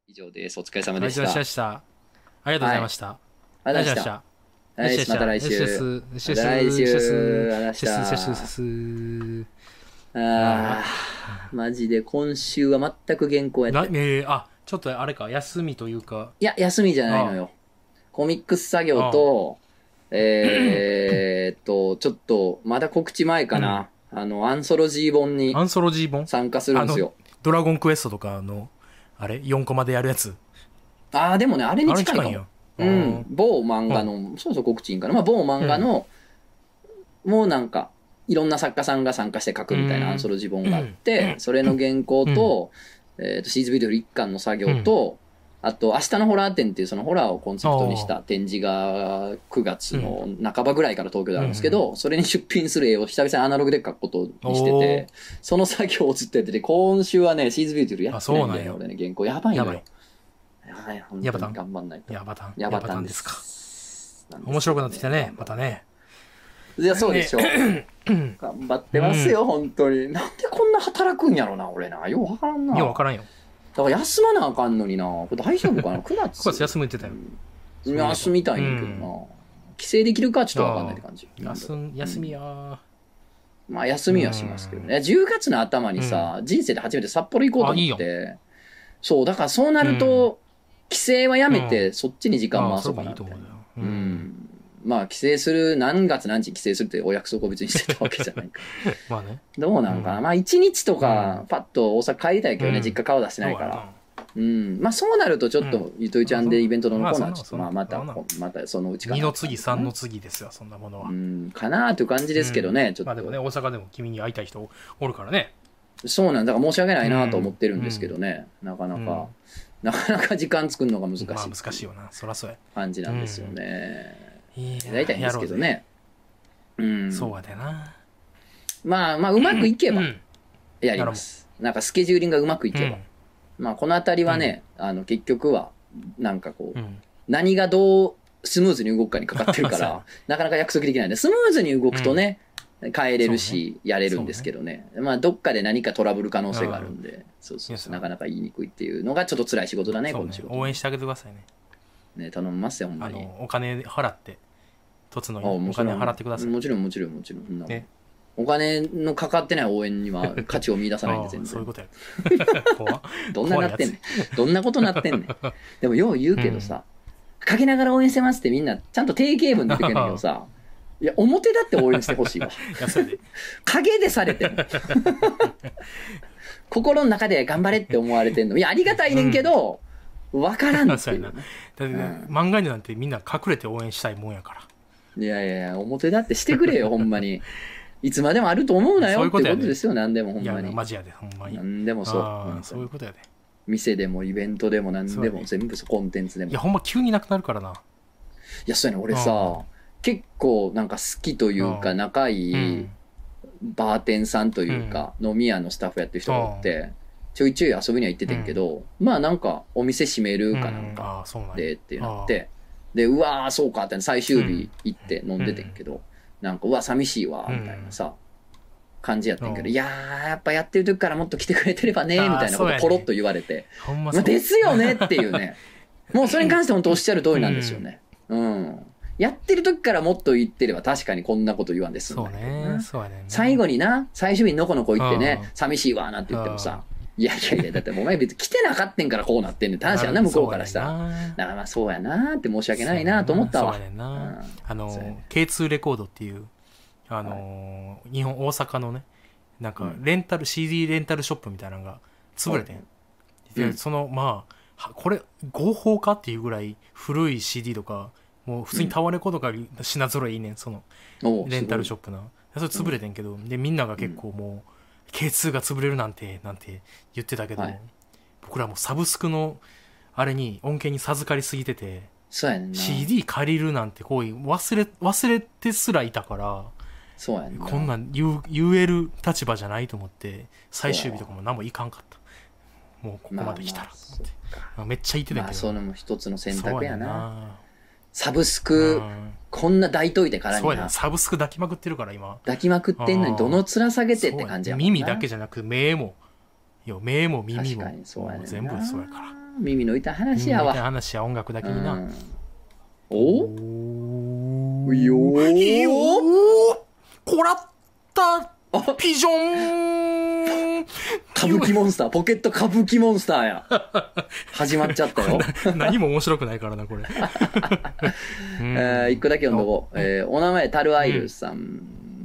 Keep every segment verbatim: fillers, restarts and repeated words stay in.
以上です。お疲れ様はい、じゃあ、 でした。 しました。ありがとうございました。 ありがとうございました。はい、 よしよしまた来週。 よしよしよしよしまた来週。 よしよしありがとうございましよしよしよしよた。 しあー、マジで今週は全く原稿やっな、 てる。 えー、あ、ちょっとあれか、休みというか、 いや、休みじゃないのよ。コミックス作業と、えーっと、ちょっと、まだ告知前かな。あの、アンソロジー本にアンソロジー本参加するんですよ。 ドラゴンクエストとかの、あれ ?よん コマでやるやつ。 あー、でもね、あれにあれ近いかも。 近いんや。 うん、某漫画の、そうそう告知いいんかな。まあ、某漫画の、もうなんか、いろんな作家さんが参加して書くみたいなアンソロジー本があって、それの原稿と、えっと、シーズビデオいっかんの作業と、あと、明日のホラー展っていうそのホラーをコンセプトにした展示がくがつの半ばぐらいから東京であるんですけど、それに出品する絵を久々にアナログで描くことにしてて、その作業をずっとやってて、今週はね、シーズビデオやってないんだよね、俺ね、原稿。やばいのよ。やばい、本当に頑張んないと。 ヤバタン。 ヤバタンですか。面白くなってきたね、またね。 いや、そうでしょ。頑張ってますよ、本当に。なんでこんな働くんやろな、俺な。ようわからんな。 ようわからんよ。 だから休まなあかんのにな。これ大丈夫かな ?く 月。 くがつ休むって言ってたよ。 休みたいんだけどな。帰省できるかちょっとわかんないって感じ。 休みやー。 まあ休みはしますけどね。じゅうがつの頭にさ、人生で初めて札幌行こうと思って。そう、だからそうなると、帰省はやめて、そっちに時間回そうかな。うん。まあ帰省する、何月何日帰省するってお約束を別にしてたわけじゃないか。 まあね。 どうなんかな。まあ一日とか、パッと大阪帰りたいけどね、実家顔出してないから。うん。まあそうなるとちょっと、ゆとりちゃんでイベントのコーナーちょっと、まあまた、またそのうちかな。 にの次、さんの次ですよ、そんなものは。 うん。かなという感じですけどね、ちょっと。 まあでもね、大阪でも君に会いたい人おるからね。 そうなんだ。から申し訳ないなと思ってるんですけどね。なかなか、なかなか時間作るのが難しい。まあ難しいよな。そらそうや。 感じなんですよね。 やりたいんですけどね。 うん。そうやでな。 まあまあ、うまくいけば、やります。なんかスケジューリングがうまくいけば。まあ、このあたりはね、あの、結局は、なんかこう、何がどうスムーズに動くかにかかってるから、なかなか約束できないんで、スムーズに動くとね、変えれるし、やれるんですけどね。まあ、どっかで何かトラブル可能性があるんで、そうそうそう、なかなか言いにくいっていうのがちょっと辛い仕事だね、この仕事。 応援してあげてくださいね。 ね、頼みますよ、ほんまに。 お金払って、とつのにお金払ってください。 もちろん、もちろん、もちろん。ね。お金のかかってない応援には価値を見出さないんで、全然。 そういうことや。 どんななってんねん。どんなことなってんねん。でも、よう言うけどさ、かけながら応援してますってみんな、ちゃんと定型文で言ってくれるけどさ、いや、表だって応援してほしいわ。影でされてんの。心の中で頑張れって思われてんの。いや、ありがたいねんけど、わからんっていう。だって漫画になんてみんな隠れて応援したいもんやから。 いやいや、表だってしてくれよ、ほんまに。いつまでもあると思うなよってことですよ、何でもほんまに。 いや、マジやで、ほんまに。 何でもそう。 そういうことやで。 店でもイベントでも何でも全部コンテンツでも。 いや、ほんま急になくなるからな。 いや、そうやね、俺さ、結構なんか好きというか仲いいバーテンさんというか、飲み屋のスタッフやってる人がおって、ちょいちょい遊びには行っててんけど、まあなんかお店閉めるかなんかでってなって、で、うわーそうかって最終日行って飲んでてんけど、なんかうわ寂しいわみたいなさ、感じやってんけど、いやーやっぱやってる時からもっと来てくれてればねみたいなことポロッと言われて、まあですよねっていうね、もうそれに関して本当おっしゃる通りなんですよね。うん。やってる時からもっと言ってれば確かにこんなこと言わんですんだけどな。最後にな、最終日にのこのこ行ってね、寂しいわなんて言ってもさ、いやいやいや、だってお前別に来てなかったんからこうなってんねんって話やな、向こうからしたら。だからまあそうやなって申し訳ないなと思ったわ。 そうやな。あの、ケーツー レコードっていう、あの、日本、大阪のね、なんかレンタル、シーディー レンタルショップみたいなのが潰れてん。で、その、まあ、これ合法かっていうぐらい古い シーディー とか、もう普通にタワレコとか品揃えいいねん、そのレンタルショップな。それ潰れてんけど、で、みんなが結構もう、ケーツー が潰れるなんて、なんて言ってたけど、僕らもサブスクの、あれに、恩恵に授かりすぎてて、 そうやねんな。 シーディー 借りるなんて行為忘れ、忘れてすらいたから、 そうやねんな。 こんなん言う、言える立場じゃないと思って、最終日とかも何もいかんかった。もうここまで来たらと思って。まあ、めっちゃ言ってたけど。まあ、 それも一つの選択やな。サブスク、こんな抱いといてからにな。 そうやな、サブスク抱きまくってるから今。 抱きまくってんのにどの面下げてって感じやもんな。 耳だけじゃなく目も、いや目も耳も全部そうやから。 耳の痛い話やわ。 耳の痛い話や音楽だけにな。うん、 おおよーいいよーこらったピジョン歌舞伎モンスター、ポケット歌舞伎モンスターや。始まっちゃったよ。 何も面白くないからな、これ。 うん、えー、一個だけ読んどこう。えー、お名前、タルアイルさん。うん、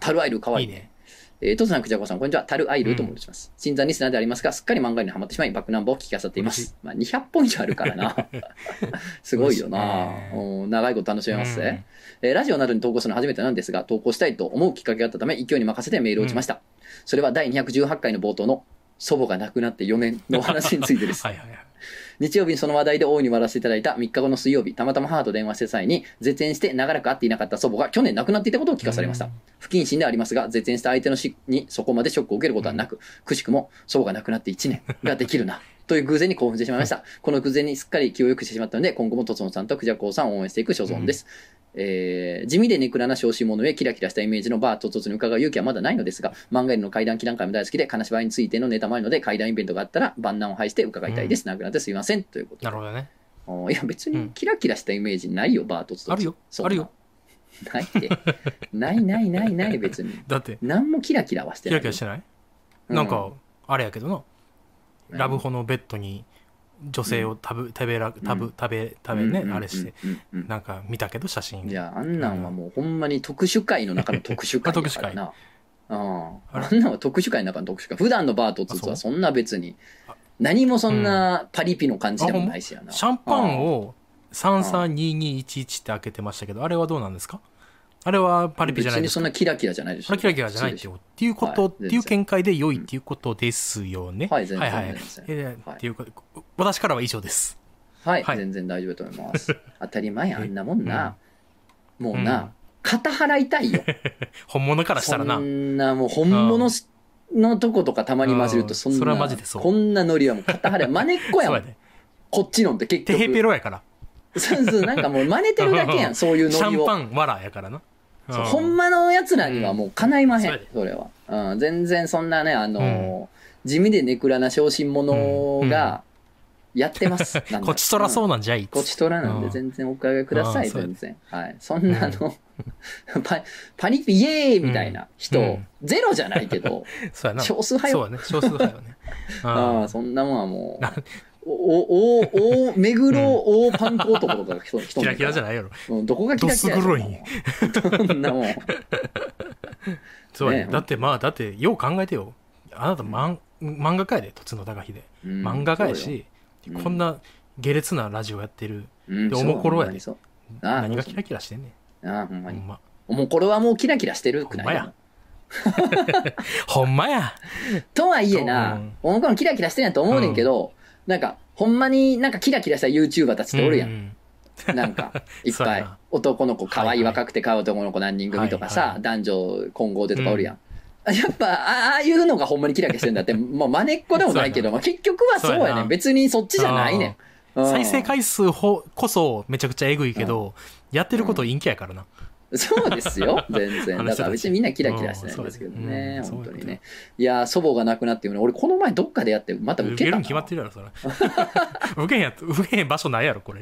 タルアイルかわいい。いいね。えー、トツさん、クジャコさん、こんにちは。タルアイルと申します。新参リスナーでありますが、すっかり漫画にハマってしまい、バックナンバーを聞き漁っています。まあ、にひゃっぽん以上あるからな。すごいよな。長いこと楽しめますね。えー、ラジオなどに投稿するの初めてなんですが、投稿したいと思うきっかけがあったため、勢いに任せてメールを打ちました。うん、それはだいにひゃくじゅうはちかいの冒頭の祖母が亡くなってよねんの話についてです。はいはいはい、日曜日にその話題で大いに笑わせていただいたみっかごの水曜日、たまたま母と電話した際に、絶縁して長らく会っていなかった祖母が去年亡くなっていたことを聞かされました。不謹慎でありますが、絶縁した相手の死にそこまでショックを受けることはなく、くしくも祖母が亡くなっていちねんができるな。という偶然に興奮してしまいました。この偶然にすっかり気を良くしてしまったので、今後もとつのさんとクジャコウさんを応援していく所存です。うん、えー、地味でネクラな小心者へキラキラしたイメージのバーとつに伺う勇気はまだないのですが、漫画への怪談祈談会も大好きで、金縛りについてのネタもあるので、怪談イベントがあったら万難を排して伺いたいです。うん、なくなってすいません。ということで。 なるほどね。 いや別にキラキラしたイメージないよ、バーとつとつ。 あるよ。あるよ。 ないって。ないないないない別に。 だって。 何もキラキラはしてない。 キラキラしてない、うん、なんか、あれやけどな。ラブホのベッドに、女性を食べ、食べら、食べ、食べ、食べね、あれして、なんか見たけど、写真。 いや、あんなんはもうほんまに特殊会の中の特殊会だからな。ああんなんは特殊会の中の特殊会。普段のバーとつつはそんな別に、何もそんなパリピの感じでもないしやな。 シャンパンをさんさんににいちいちって開けてましたけど、あれはどうなんですか？あれはパリピじゃないですか？ 別にそんなキラキラじゃないでしょ。 キラキラじゃないっていうこと、っていう見解で良いっていうことですよね。 はい、全然。 はいはい。っていうか、私からは以上です。 はい、全然大丈夫だと思います。当たり前あんなもんな。もうな、肩払いたいよ。 本物からしたらな。 そんなもう本物のとことかたまに混じるとそんな、 それはマジでそう。 こんなノリはもう肩払い、真似っこやもん。こっちのって結局。 テヘペロやから。 そうそう、なんかもう真似てるだけやん、そういうノリを。 シャンパンわらやからな。 そうほんまのやつらにはもう叶いまへん、うん、それは、うん、全然そんなねあのーうん、地味でネクラな小心者がやってます、 うんうん、こちとらそうなんじゃい、うん、 こちとらなんで全然お伺いください、全然、はい、そんなあの、うん、パ, パリピイエーイみたいな人、うん、ゼロじゃないけど、 そうやな少数派よ、 そうやね、少数派よねああそんなもんはもうおおお目黒大パンコ男とかが人キラキラじゃないやろ、 うん、どこがキラキラやろ、そんなもんそうやね、だってまあだってよう考えてよ、あなた漫漫画家やで、とつの高秀、うん、漫画家やし、うん、こんな下劣なラジオやってる、うん、でおもころやで、何がキラキラしてんねん、 ああほんまに、ほんまおもころはもうキラキラしてるくないやほんまやとはいえな、うん、おもころキラキラしてんやと思うねんけど、うん、なんかほんまになんかキラキラした YouTuber たちっておるやん、うんなんかいっぱい男の子可愛い若くて可愛い男の子何人組とかさ、はいはい、男女混合でとかおるやん、うん、やっぱああいうのがほんまにキラキラしてるんだってもう真似っこでもないけど、まあ、結局はそうやねん、別にそっちじゃないねん、 再生回数こそめちゃくちゃえぐいけど、うん、やってること陰キャやからな、 うん、そうですよ全然だから別にみんなキラキラしてないんですけどね、うん、本当にね。いや祖母が亡くなっていうの俺この前どっかでやってまた受けたな、受けるに決まってるやろそれ受けへんや受けへん場所ないやろこれ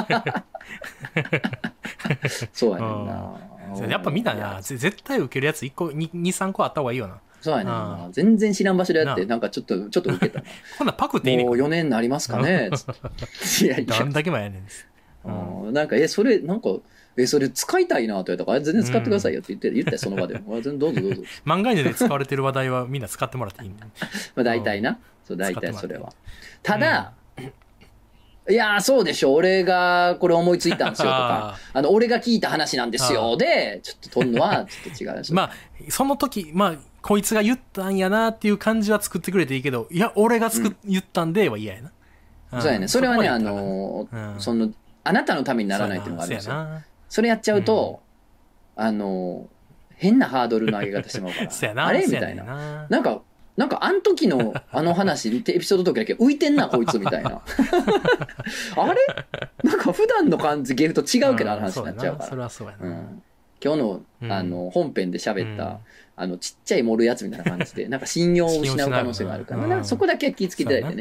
そうやねんな、 やっぱみんなな絶対受けるやついっこにさんこあった方がいいよな。 そうやねんな、全然知らん場所でやってなんかちょっとちょっと受けたなこんなパクっていいねん、 もうよねんになりますかねいやいやどんだけ前やねん、 うん、なんかえそれなんかえそれ使いたいなと言ったから全然使ってくださいよって言って言ったよその場で全然どうぞどうぞ漫画で使われてる話題はみんな使ってもらっていいんでまあ大体な、そう大体それはただ、うん、いやそうでしょ俺がこれ思いついたんですよとかあの俺が聞いた話なんですよでちょっと取るのはちょっと違うまあその時まあこいつが言ったんやなっていう感じは作ってくれていいけどいや俺がつく、うん、言ったんでは嫌やな、 うん、そうやねそれはねあの、うん、そのあなたのためにならないっていうのがあるんですよ。それやっちゃうと、うん、あの変なハードルの上げ方してもらうからあれみたいななんかなんかあん時のあの話エピソードの時だけ浮いてんなこいつみたいなあれなんか普段の感じゲームと違うけどあの話になっちゃうから、 それはそうやな、うん、 今日の、あの本編で喋った、うん、あのちっちゃい盛るやつみたいな感じでなんか信用を失う可能性があるから、うん、そこだけは気をつけていただいてね、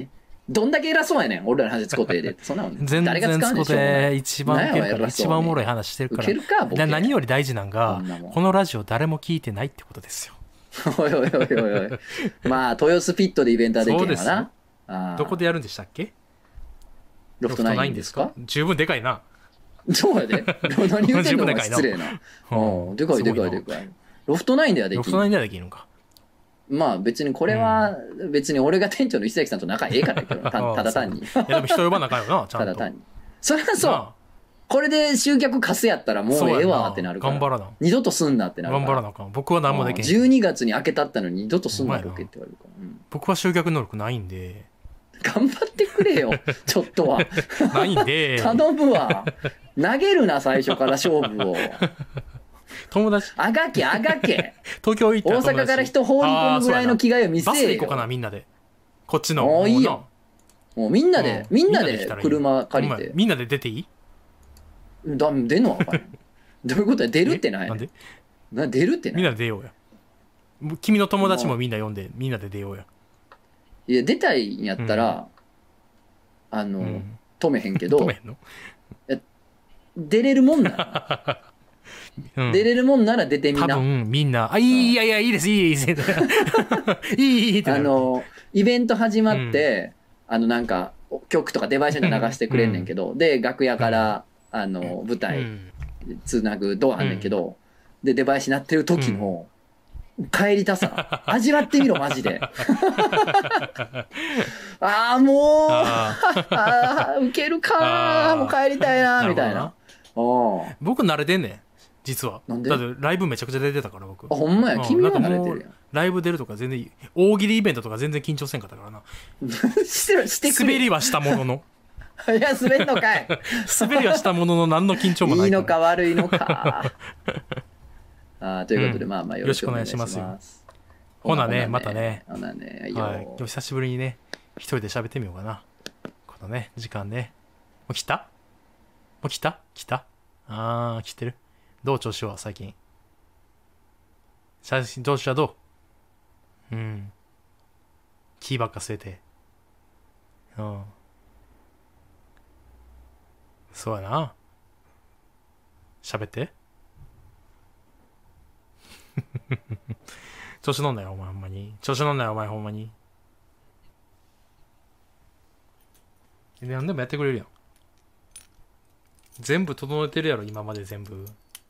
どんだけ偉そうやねん俺らの話使うてええで。そんなの全誰が然使うんでしょう使うね。 て一番受けるからなんや偉そうに一番おもろい話してるから受けるかボケ。 な何より大事なんがこんなもんこのラジオ誰も聞いてないってことですよ。 おいおいおいおいおい。まあ豊洲ピットでイベントはできるわそうですよな。あーどこでやるんでしたっけ？ ロフトナインですか？ 十分でかいな。 そうやで。何言うてんのお前十分でかいな失礼な。 うんうんでかいでかいすごいなでかい。ロフトナインではできる。 ロフトナインではできるのか。 まあ別にこれは別に俺が店長の石崎さんと仲ええからやけど、たただ単に。 いやでも人呼ばなあかんよな、ちゃんと。 ただ単に。それはそう。 なあこれで集客貸すやったらもうええわってなるから。 頑張らな。 二度とすんなってなるから。 頑張らなあかん。僕は何もできへん。 じゅうにがつに開けたったのに二度とすんなボケって言われるから。うん僕は集客能力ないんで。 頑張ってくれよ、ちょっとは。 ないんで。 頼むわ。投げるな、最初から勝負を。 友達。 あがけ、あがけ。 東京行った大ら友達阪から人放り込むぐらいの着替えを見せえよ。 バスで行こうかな、みんなで。こっちの。 おーいいよももうみんなうで、 うみんなで来たらいい車借りて。 お前みんなで出ていい？ だ出んのは分からん。どういうことや、出るってないえなんでな出るってみんないなで出ようや。君の友達もみんな呼んで、みんなで出ようや。 いや、出たいんやったら、あの、 うん止めへんけ止どめ、へんの？ 出れるもんなら、 うん出れるもんなら出てみ多な。 分みんな、あ、いい、いやいや、いいです、いいです。いい、いい、いいってなる。 あの、イベント始まって、あの、なんか、曲とかデバイスで流してくれんねんけど、で、楽屋から、あの、舞う台んつなぐドアあんねんけど、で、デバイス鳴ってる時の、帰りたさ、味わってみろ、マジで。ああ、もう、 あああ、ウケるかー、もう帰りたいなー、みたいな。おー僕慣れてんねん、実は。 なんでだってライブめちゃくちゃ出てたから、僕。 あ、ほんまや、 うん君はなんかもう慣れてるライブ出るとか全然いい。大喜利イベントとか全然緊張せんかったからな。 やん。してしてくれ。 滑りはしたものの。 いや、滑んのかい。 滑りはしたものの何の緊張もないいいのか。 から悪いのか。あーということで、 うんまあまあよろしくお願いします。 よろしくお願いしますほなね、またね。 ほなね、 はい。 よ今日久しぶりにね、一人で喋ってみようかな。このね、時間ね。もう来たもう来た来たあー、来てる。どう調子は最近。最近調子はどううん。気ばっか据えて。うん。そうやな。喋って。調子乗んなよ、お前ほんまに。調子乗んなよ、お前ほんまに。何でもやってくれるやん。全部整えてるやろ、今まで全部。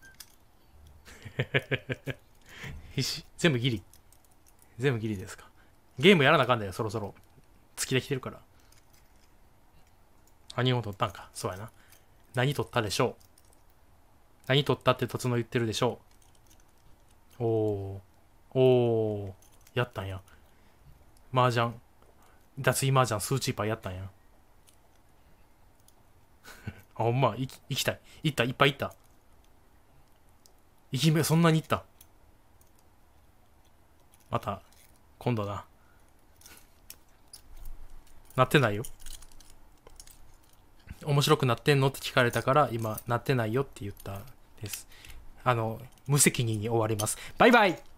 必死。全部ギリ。全部ギリですか。ゲームやらなあかんだよ、そろそろ。月できてるから。あ、日本取ったんか。そうやな。何取ったでしょう。何取ったってとつの言ってるでしょう。おー。おー。やったんや。麻雀。脱衣麻雀、スーチーパーやったんや。あ、ほんま、行き行きたい。行った、いっぱい行った。行き目、そんなに行った。また、今度な。なってないよ。面白くなってんのって聞かれたから、今、なってないよって言ったです。あの、無責任に終わります。バイバイ